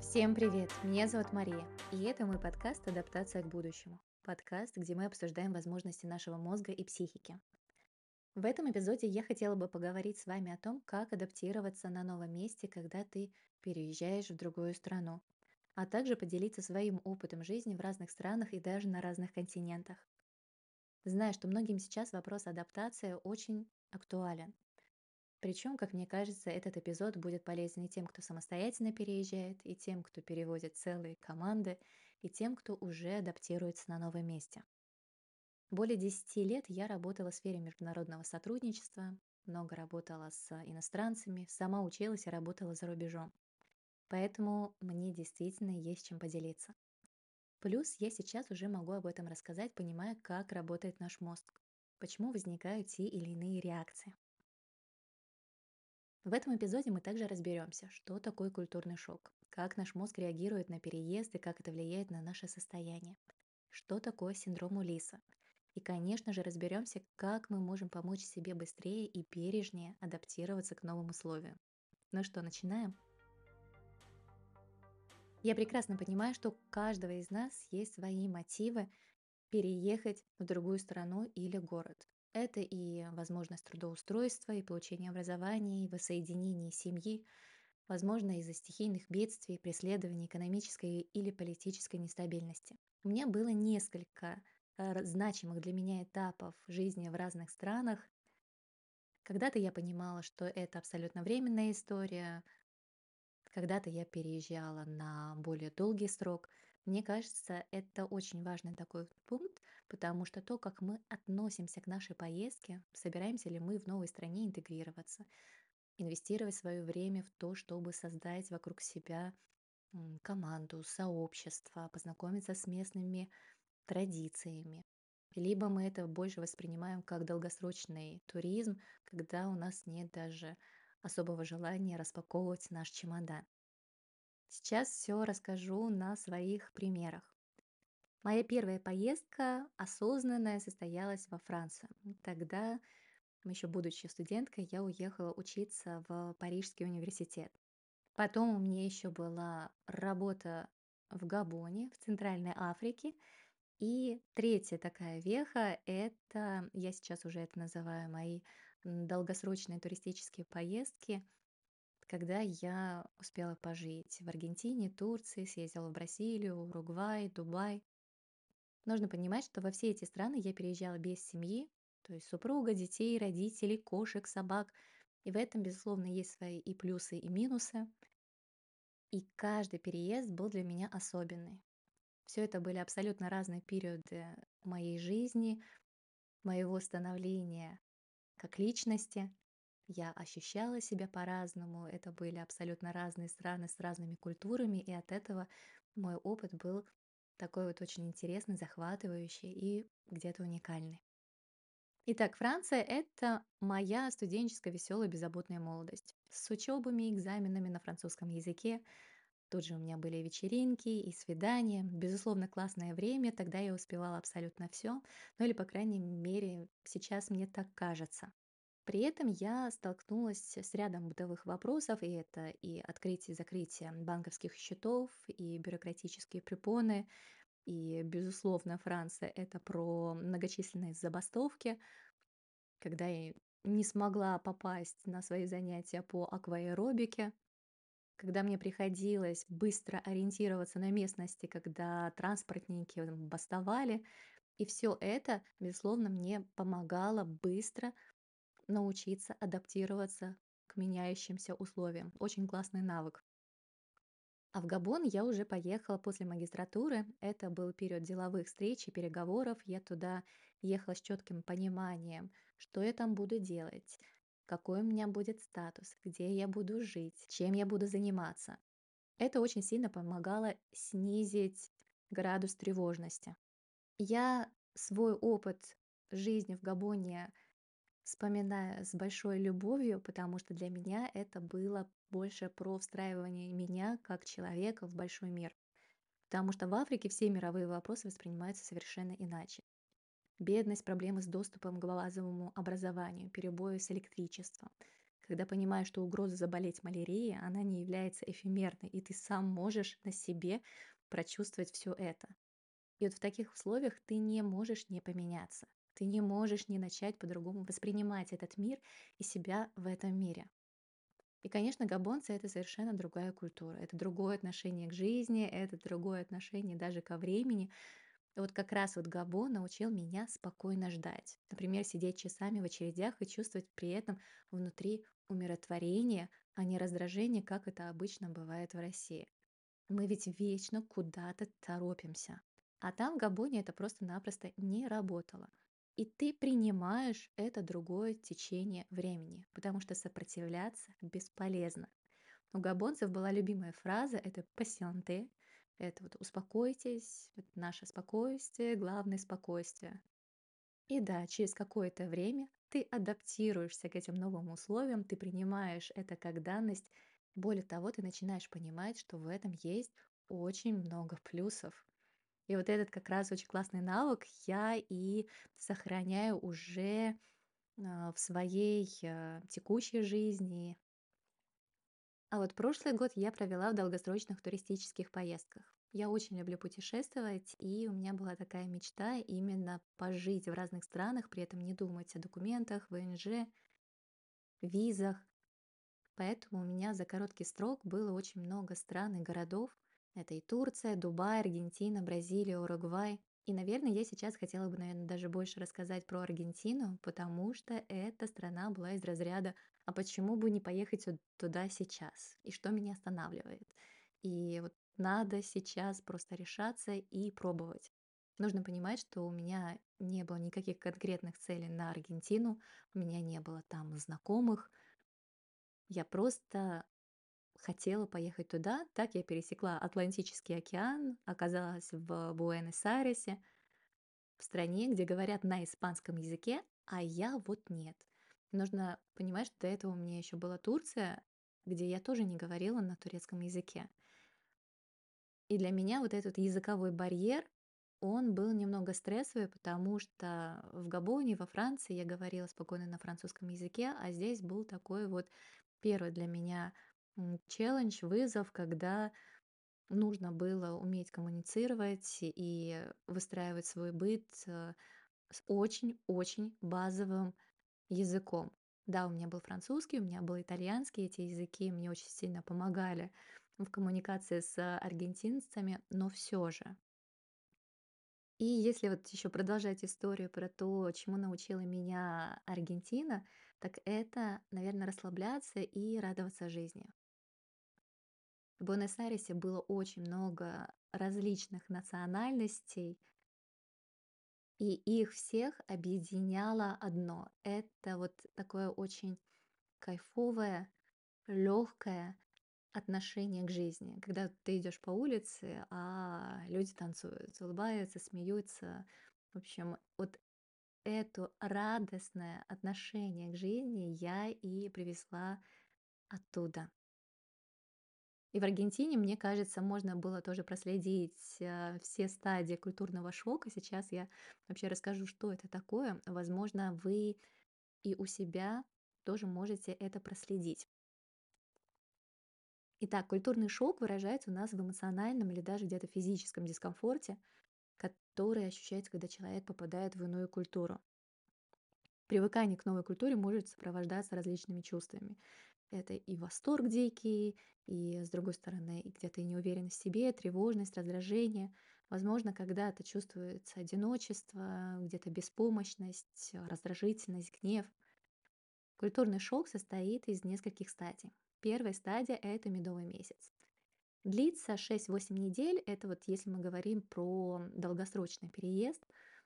Всем привет! Меня зовут Мария, и это мой подкаст «Адаптация к будущему». Подкаст, где мы обсуждаем возможности нашего мозга и психики. В этом эпизоде я хотела бы поговорить с вами о том, как адаптироваться на новом месте, когда ты переезжаешь в другую страну, а также поделиться своим опытом жизни в разных странах и даже на разных континентах. Знаю, что многим сейчас вопрос адаптации очень актуален. Причем, как мне кажется, этот эпизод будет полезен и тем, кто самостоятельно переезжает, и тем, кто перевозит целые команды, и тем, кто уже адаптируется на новом месте. Более 10 лет я работала в сфере международного сотрудничества, много работала с иностранцами, сама училась и работала за рубежом. Поэтому мне действительно есть чем поделиться. Плюс я сейчас уже могу об этом рассказать, понимая, как работает наш мозг, почему возникают те или иные реакции. В этом эпизоде мы также разберемся, что такое культурный шок, как наш мозг реагирует на переезд и как это влияет на наше состояние, что такое синдром Улиса. И, конечно же, разберемся, как мы можем помочь себе быстрее и бережнее адаптироваться к новым условиям. Ну что, начинаем? Я прекрасно понимаю, что у каждого из нас есть свои мотивы переехать в другую страну или город. Это и возможность трудоустройства, и получения образования, и воссоединения семьи, возможно, из-за стихийных бедствий, преследований, экономической или политической нестабильности. У меня было несколько значимых для меня этапов жизни в разных странах. Когда-то я понимала, что это абсолютно временная история, когда-то я переезжала на более долгий срок. Мне кажется, это очень важный такой пункт, потому что то, как мы относимся к нашей поездке, собираемся ли мы в новой стране интегрироваться, инвестировать свое время в то, чтобы создать вокруг себя команду, сообщество, познакомиться с местными традициями. Либо мы это больше воспринимаем как долгосрочный туризм, когда у нас нет даже особого желания распаковывать наш чемодан. Сейчас все расскажу на своих примерах. Моя первая поездка осознанная состоялась во Францию. Тогда, еще будучи студенткой, я уехала учиться в Парижский университет. Потом у меня еще была работа в Габоне, в Центральной Африке. И третья такая веха — это, я сейчас уже это называю мои долгосрочные туристические поездки, когда я успела пожить в Аргентине, Турции, съездила в Бразилию, Уругвай, Дубай. Нужно понимать, что во все эти страны я переезжала без семьи, то есть супруга, детей, родителей, кошек, собак. И в этом, безусловно, есть свои и плюсы, и минусы. И каждый переезд был для меня особенный. Все это были абсолютно разные периоды моей жизни, моего становления как личности. Я ощущала себя по-разному. Это были абсолютно разные страны с разными культурами, и от этого мой опыт был такой вот очень интересный, захватывающий и где-то уникальный. Итак, Франция — это моя студенческая веселая беззаботная молодость. С учебами, экзаменами на французском языке. Тут же у меня были вечеринки и свидания. Безусловно, классное время. Тогда я успевала абсолютно все. Ну или, по крайней мере, сейчас мне так кажется. При этом я столкнулась с рядом бытовых вопросов, и это и открытие и закрытие банковских счетов, и бюрократические препоны, и, безусловно, Франция — это про многочисленные забастовки, когда я не смогла попасть на свои занятия по акваэробике, когда мне приходилось быстро ориентироваться на местности, когда транспортники бастовали. И все это, безусловно, мне помогало быстро научиться адаптироваться к меняющимся условиям. Очень классный навык. А в Габон я уже поехала после магистратуры. Это был период деловых встреч и переговоров. Я туда ехала с четким пониманием, что я там буду делать, какой у меня будет статус, где я буду жить, чем я буду заниматься. Это очень сильно помогало снизить градус тревожности. Я свой опыт жизни в Габоне вспоминаю с большой любовью, потому что для меня это было больше про встраивание меня как человека в большой мир. Потому что в Африке все мировые вопросы воспринимаются совершенно иначе. Бедность, проблемы с доступом к базовому образованию, перебои с электричеством, когда понимаешь, что угроза заболеть малярией, она не является эфемерной, и ты сам можешь на себе прочувствовать все это. И вот в таких условиях ты не можешь не поменяться. Ты не можешь не начать по-другому воспринимать этот мир и себя в этом мире. И, конечно, габонцы — это совершенно другая культура. Это другое отношение к жизни, это другое отношение даже ко времени. И вот как раз вот Габон научил меня спокойно ждать. Например, сидеть часами в очередях и чувствовать при этом внутри умиротворение, а не раздражение, как это обычно бывает в России. Мы ведь вечно куда-то торопимся. А там, в Габоне, это просто-напросто не работало. И ты принимаешь это другое течение времени, потому что сопротивляться бесполезно. У габонцев была любимая фраза — это «пасьянте», это вот «успокойтесь», вот «наше спокойствие, главное спокойствие». И да, через какое-то время ты адаптируешься к этим новым условиям, ты принимаешь это как данность. Более того, ты начинаешь понимать, что в этом есть очень много плюсов. И вот этот как раз очень классный навык я и сохраняю уже в своей текущей жизни. А вот прошлый год я провела в долгосрочных туристических поездках. Я очень люблю путешествовать, и у меня была такая мечта именно пожить в разных странах, при этом не думать о документах, ВНЖ, визах. Поэтому у меня за короткий срок было очень много стран и городов. Это и Турция, Дубай, Аргентина, Бразилия, Уругвай. И, наверное, я сейчас хотела бы, наверное, даже больше рассказать про Аргентину, потому что эта страна была из разряда «А почему бы не поехать туда сейчас? И что меня останавливает?» И вот надо сейчас просто решаться и пробовать. Нужно понимать, что у меня не было никаких конкретных целей на Аргентину, у меня не было там знакомых, я просто хотела поехать туда. Так я пересекла Атлантический океан, оказалась в Буэнос-Айресе, в стране, где говорят на испанском языке, а я вот нет. Нужно понимать, что до этого у меня еще была Турция, где я тоже не говорила на турецком языке. И для меня вот этот языковой барьер, он был немного стрессовый, потому что в Габоне, во Франции я говорила спокойно на французском языке, а здесь был такой вот первый для меня челлендж, вызов, когда нужно было уметь коммуницировать и выстраивать свой быт с очень-очень базовым языком. Да, у меня был французский, у меня был итальянский, эти языки мне очень сильно помогали в коммуникации с аргентинцами, но все же. И если вот еще продолжать историю про то, чему научила меня Аргентина, так это, наверное, расслабляться и радоваться жизни. В Буэнос-Айресе было очень много различных национальностей, и их всех объединяло одно. Это вот такое очень кайфовое, легкое отношение к жизни. Когда ты идешь по улице, а люди танцуют, улыбаются, смеются. В общем, вот это радостное отношение к жизни я и привезла оттуда. И в Аргентине, мне кажется, можно было тоже проследить все стадии культурного шока. Сейчас я вообще расскажу, что это такое. Возможно, вы и у себя тоже можете это проследить. Итак, культурный шок выражается у нас в эмоциональном или даже где-то физическом дискомфорте, который ощущается, когда человек попадает в иную культуру. Привыкание к новой культуре может сопровождаться различными чувствами. Это и восторг дикий, и, с другой стороны, и где-то и неуверенность в себе, тревожность, раздражение. Возможно, когда-то чувствуется одиночество, где-то беспомощность, раздражительность, гнев. Культурный шок состоит из нескольких стадий. Первая стадия — это медовый месяц. Длится 6-8 недель. Это вот если мы говорим про долгосрочный переезд,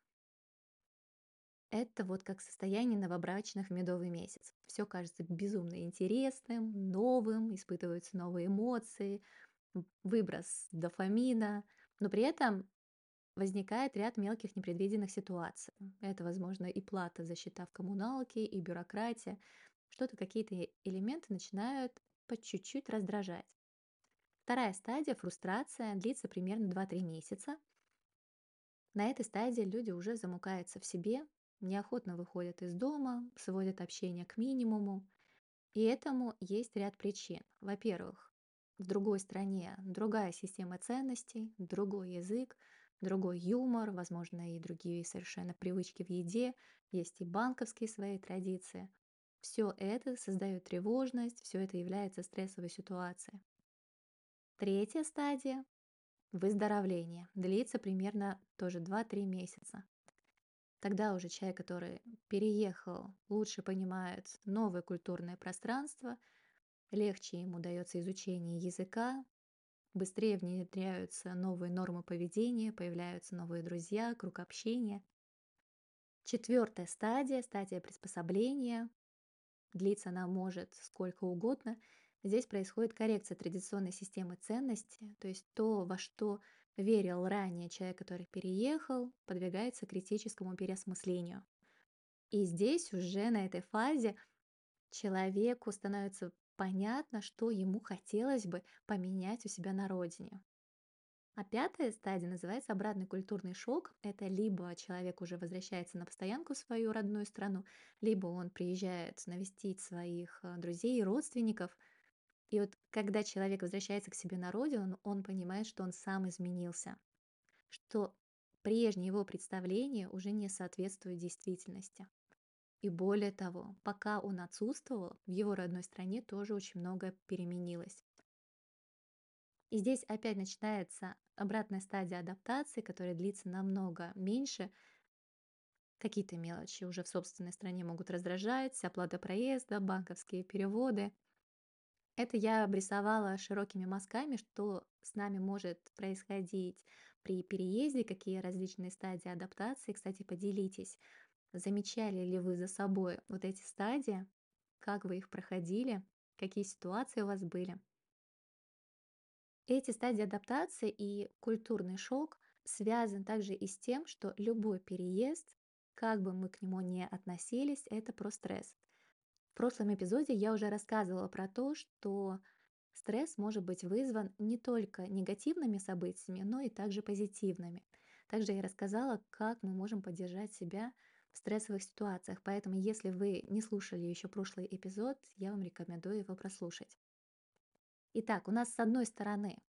это вот как состояние новобрачных в медовый месяц. Все кажется безумно интересным, новым, испытываются новые эмоции, выброс дофамина, но при этом возникает ряд мелких непредвиденных ситуаций. Это, возможно, и плата за счета в коммуналке, и бюрократия. Что-то, какие-то элементы начинают по чуть-чуть раздражать. Вторая стадия, фрустрация, длится примерно 2-3 месяца. На этой стадии люди уже замыкаются в себе, неохотно выходят из дома, сводят общение к минимуму. И этому есть ряд причин. Во-первых, в другой стране другая система ценностей, другой язык, другой юмор, возможно, и другие совершенно привычки в еде, есть и банковские свои традиции. Все это создает тревожность, все это является стрессовой ситуацией. Третья стадия — выздоровление. Длится примерно тоже 2-3 месяца. Тогда уже человек, который переехал, лучше понимает новое культурное пространство, легче ему дается изучение языка, быстрее внедряются новые нормы поведения, появляются новые друзья, круг общения. Четвертая стадия, стадия приспособления, длиться она может сколько угодно. Здесь происходит коррекция традиционной системы ценностей, то есть то, во что верил ранее человек, который переехал, подвергается критическому переосмыслению. И здесь уже на этой фазе человеку становится понятно, что ему хотелось бы поменять у себя на родине. А пятая стадия называется обратный культурный шок. Это либо человек уже возвращается на постоянку в свою родную страну, либо он приезжает навестить своих друзей и родственников. И вот когда человек возвращается к себе на родину, он понимает, что он сам изменился, что прежние его представления уже не соответствуют действительности. И более того, пока он отсутствовал, в его родной стране тоже очень многое переменилось. И здесь опять начинается обратная стадия адаптации, которая длится намного меньше. Какие-то мелочи уже в собственной стране могут раздражать, оплата проезда, банковские переводы. Это я обрисовала широкими мазками, что с нами может происходить при переезде, какие различные стадии адаптации. Кстати, поделитесь, замечали ли вы за собой вот эти стадии, как вы их проходили, какие ситуации у вас были. Эти стадии адаптации и культурный шок связан также и с тем, что любой переезд, как бы мы к нему ни относились, это про стресс. В прошлом эпизоде я уже рассказывала про то, что стресс может быть вызван не только негативными событиями, но и также позитивными. Также я рассказала, как мы можем поддержать себя в стрессовых ситуациях. Поэтому, если вы не слушали еще прошлый эпизод, я вам рекомендую его прослушать. Итак, у нас с одной стороны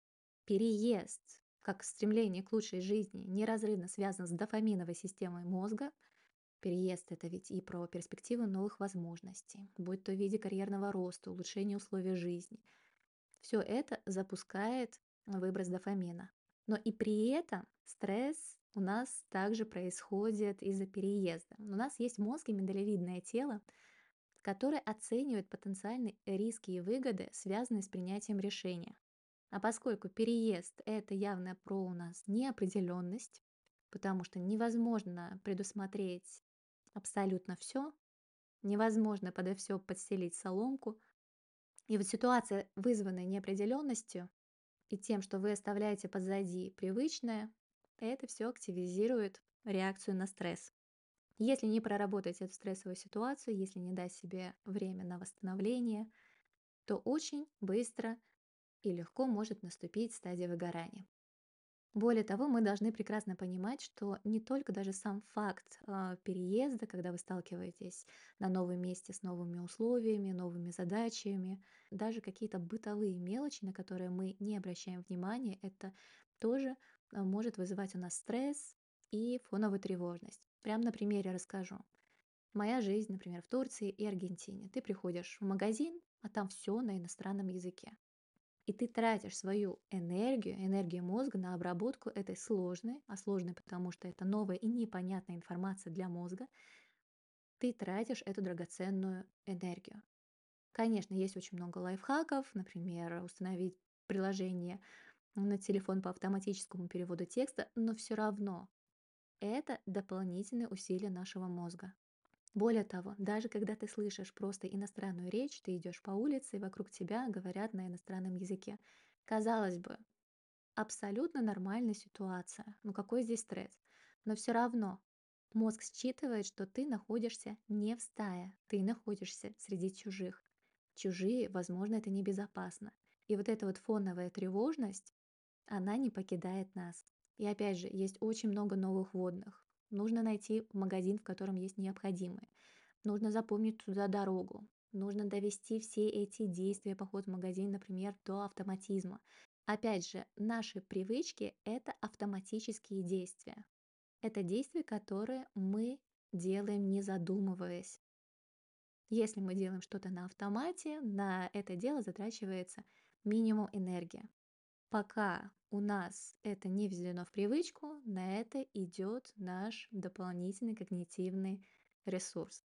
переезд, как стремление к лучшей жизни, неразрывно связан с дофаминовой системой мозга. Переезд — это ведь и про перспективы новых возможностей, будь то в виде карьерного роста, улучшения условий жизни. Все это запускает выброс дофамина. Но и при этом стресс у нас также происходит из-за переезда. У нас есть мозг и миндалевидное тело, которое оценивает потенциальные риски и выгоды, связанные с принятием решения. А поскольку переезд — это явно про у нас неопределенность, потому что невозможно предусмотреть абсолютно все, невозможно подо все подстелить соломку. И вот ситуация, вызванная неопределенностью и тем, что вы оставляете позади привычное, это все активизирует реакцию на стресс. Если не проработать эту стрессовую ситуацию, если не дать себе время на восстановление, то очень быстро и легко может наступить стадия выгорания. Более того, мы должны прекрасно понимать, что не только даже сам факт переезда, когда вы сталкиваетесь на новом месте с новыми условиями, новыми задачами, даже какие-то бытовые мелочи, на которые мы не обращаем внимания, это тоже может вызывать у нас стресс и фоновую тревожность. Прям на примере расскажу. Моя жизнь, например, в Турции и Аргентине. Ты приходишь в магазин, а там все на иностранном языке. И ты тратишь свою энергию, энергию мозга на обработку этой сложной, а сложной, потому что это новая и непонятная информация для мозга, ты тратишь эту драгоценную энергию. Конечно, есть очень много лайфхаков, например, установить приложение на телефон по автоматическому переводу текста, но все равно это дополнительные усилия нашего мозга. Более того, даже когда ты слышишь просто иностранную речь, ты идешь по улице, и вокруг тебя говорят на иностранном языке. Казалось бы, абсолютно нормальная ситуация. Ну какой здесь стресс? Но все равно мозг считывает, что ты находишься не в стае, ты находишься среди чужих. Чужие, возможно, это небезопасно. И вот эта вот фоновая тревожность, она не покидает нас. И опять же, есть очень много новых водных. Нужно найти магазин, в котором есть необходимые. Нужно запомнить туда дорогу. нужно довести все эти действия, поход в магазин, например, до автоматизма. Опять же, наши привычки — это автоматические действия. Это действия, которые мы делаем, не задумываясь. Если мы делаем что-то на автомате, на это дело затрачивается минимум энергии. Пока у нас это не введено в привычку, на это идет наш дополнительный когнитивный ресурс.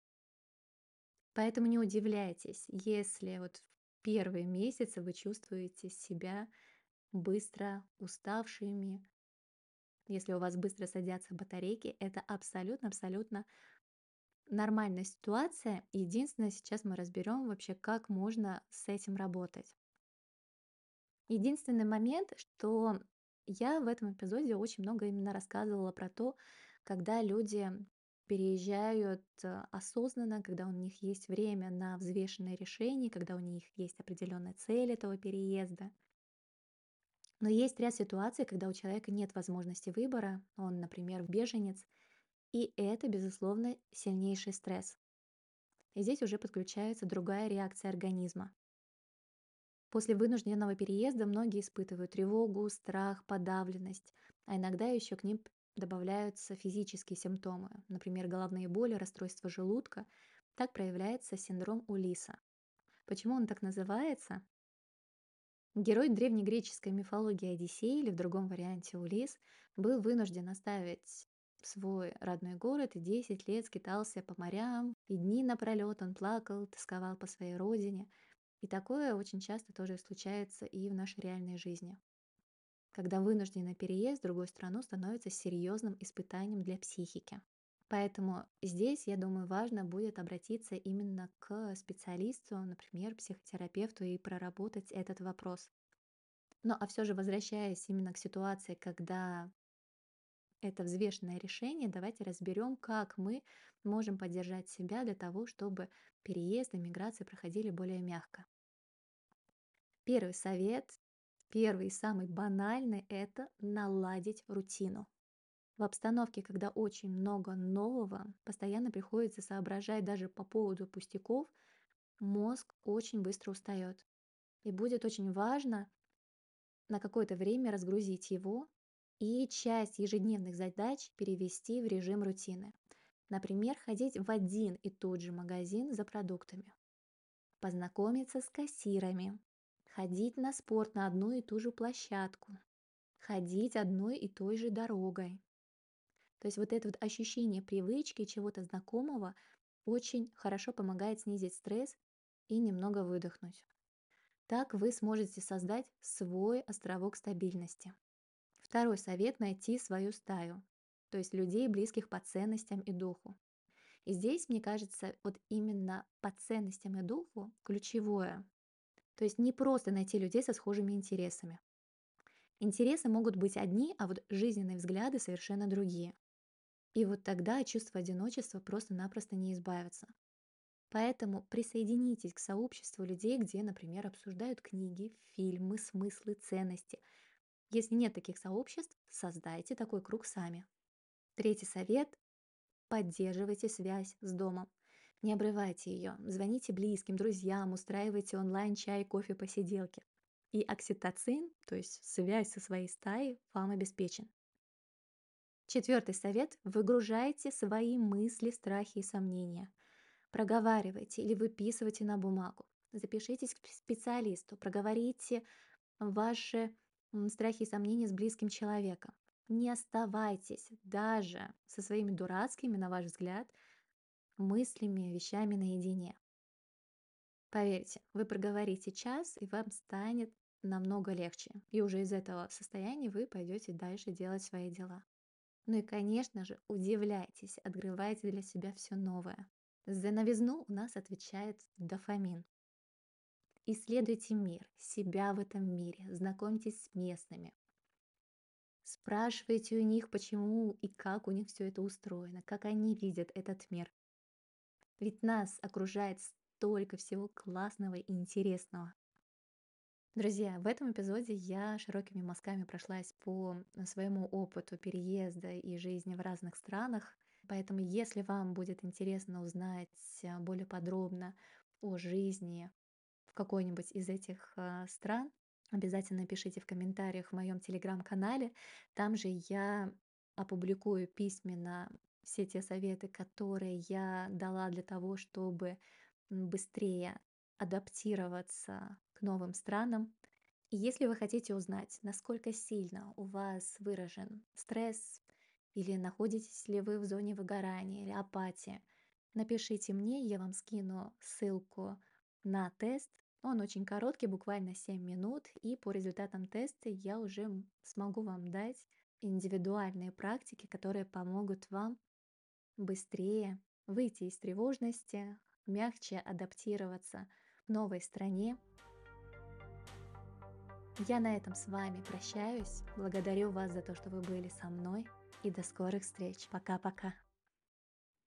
Поэтому не удивляйтесь, если вот в первые месяцы вы чувствуете себя быстро уставшими, если у вас быстро садятся батарейки, это абсолютно нормальная ситуация. Единственное, сейчас мы разберем вообще, как можно с этим работать. Единственный момент, что я в этом эпизоде очень много именно рассказывала про то, когда люди переезжают осознанно, когда у них есть время на взвешенные решения, когда у них есть определенная цель этого переезда. Но есть ряд ситуаций, когда у человека нет возможности выбора, он, например, беженец, и это, безусловно, сильнейший стресс. И здесь уже подключается другая реакция организма. После вынужденного переезда многие испытывают тревогу, страх, подавленность, а иногда еще к ним добавляются физические симптомы, например, головные боли, расстройство желудка. Так проявляется синдром Улиса. Почему он так называется? Герой древнегреческой мифологии Одиссей, или в другом варианте Улис, был вынужден оставить свой родной город и 10 лет скитался по морям, и дни напролет он плакал, тосковал по своей родине. И такое очень часто тоже случается и в нашей реальной жизни, когда вынужденный переезд в другую страну становится серьезным испытанием для психики. Поэтому здесь, я думаю, важно будет обратиться именно к специалисту, например, психотерапевту, и проработать этот вопрос. Ну, а все же, возвращаясь именно к ситуации, когда это взвешенное решение, давайте разберем, как мы можем поддержать себя для того, чтобы переезд и миграция проходили более мягко. Первый совет, первый и самый банальный — это наладить рутину. В обстановке, когда очень много нового, постоянно приходится соображать даже по поводу пустяков, мозг очень быстро устает. И будет очень важно на какое-то время разгрузить его и часть ежедневных задач перевести в режим рутины. Например, ходить в один и тот же магазин за продуктами, познакомиться с кассирами, ходить на спорт на одну и ту же площадку, ходить одной и той же дорогой. То есть вот это вот ощущение привычки, чего-то знакомого очень хорошо помогает снизить стресс и немного выдохнуть. Так вы сможете создать свой островок стабильности. Второй совет — найти свою стаю, то есть людей, близких по ценностям и духу. И здесь, мне кажется, вот именно по ценностям и духу ключевое. То есть не просто найти людей со схожими интересами. Интересы могут быть одни, а вот жизненные взгляды совершенно другие. И вот тогда от чувства одиночества просто-напросто не избавиться. Поэтому присоединитесь к сообществу людей, где, например, обсуждают книги, фильмы, смыслы, ценности. Если нет таких сообществ, создайте такой круг сами. Третий совет — поддерживайте связь с домом. Не обрывайте ее, звоните близким, друзьям, устраивайте онлайн чай, кофе, посиделки. И окситоцин, то есть связь со своей стаей, вам обеспечен. Четвертый совет — выгружайте свои мысли, страхи и сомнения. Проговаривайте или выписывайте на бумагу. Запишитесь к специалисту, проговорите ваши страхи и сомнения с близким человеком. Не оставайтесь даже со своими дурацкими, на ваш взгляд, мыслями, вещами наедине. Поверьте, вы проговорите час, и вам станет намного легче. И уже из этого состояния вы пойдете дальше делать свои дела. Ну и, конечно же, удивляйтесь, открывайте для себя все новое. За новизну у нас отвечает дофамин. Исследуйте мир, себя в этом мире, знакомьтесь с местными. Спрашивайте у них, почему и как у них все это устроено, как они видят этот мир. Ведь нас окружает столько всего классного и интересного. Друзья, в этом эпизоде я широкими мазками прошлась по своему опыту переезда и жизни в разных странах. Поэтому, если вам будет интересно узнать более подробно о жизни в какой-нибудь из этих стран, обязательно пишите в комментариях в моем телеграм-канале. Там же я опубликую письменно все те советы, которые я дала для того, чтобы быстрее адаптироваться к новым странам. И если вы хотите узнать, насколько сильно у вас выражен стресс, или находитесь ли вы в зоне выгорания или апатии, напишите мне, я вам скину ссылку на тест. Он очень короткий, буквально 7 минут, и по результатам теста я уже смогу вам дать индивидуальные практики, которые помогут вам быстрее выйти из тревожности, мягче адаптироваться в новой стране. Я на этом с вами прощаюсь. Благодарю вас за то, что вы были со мной. И до скорых встреч. Пока-пока.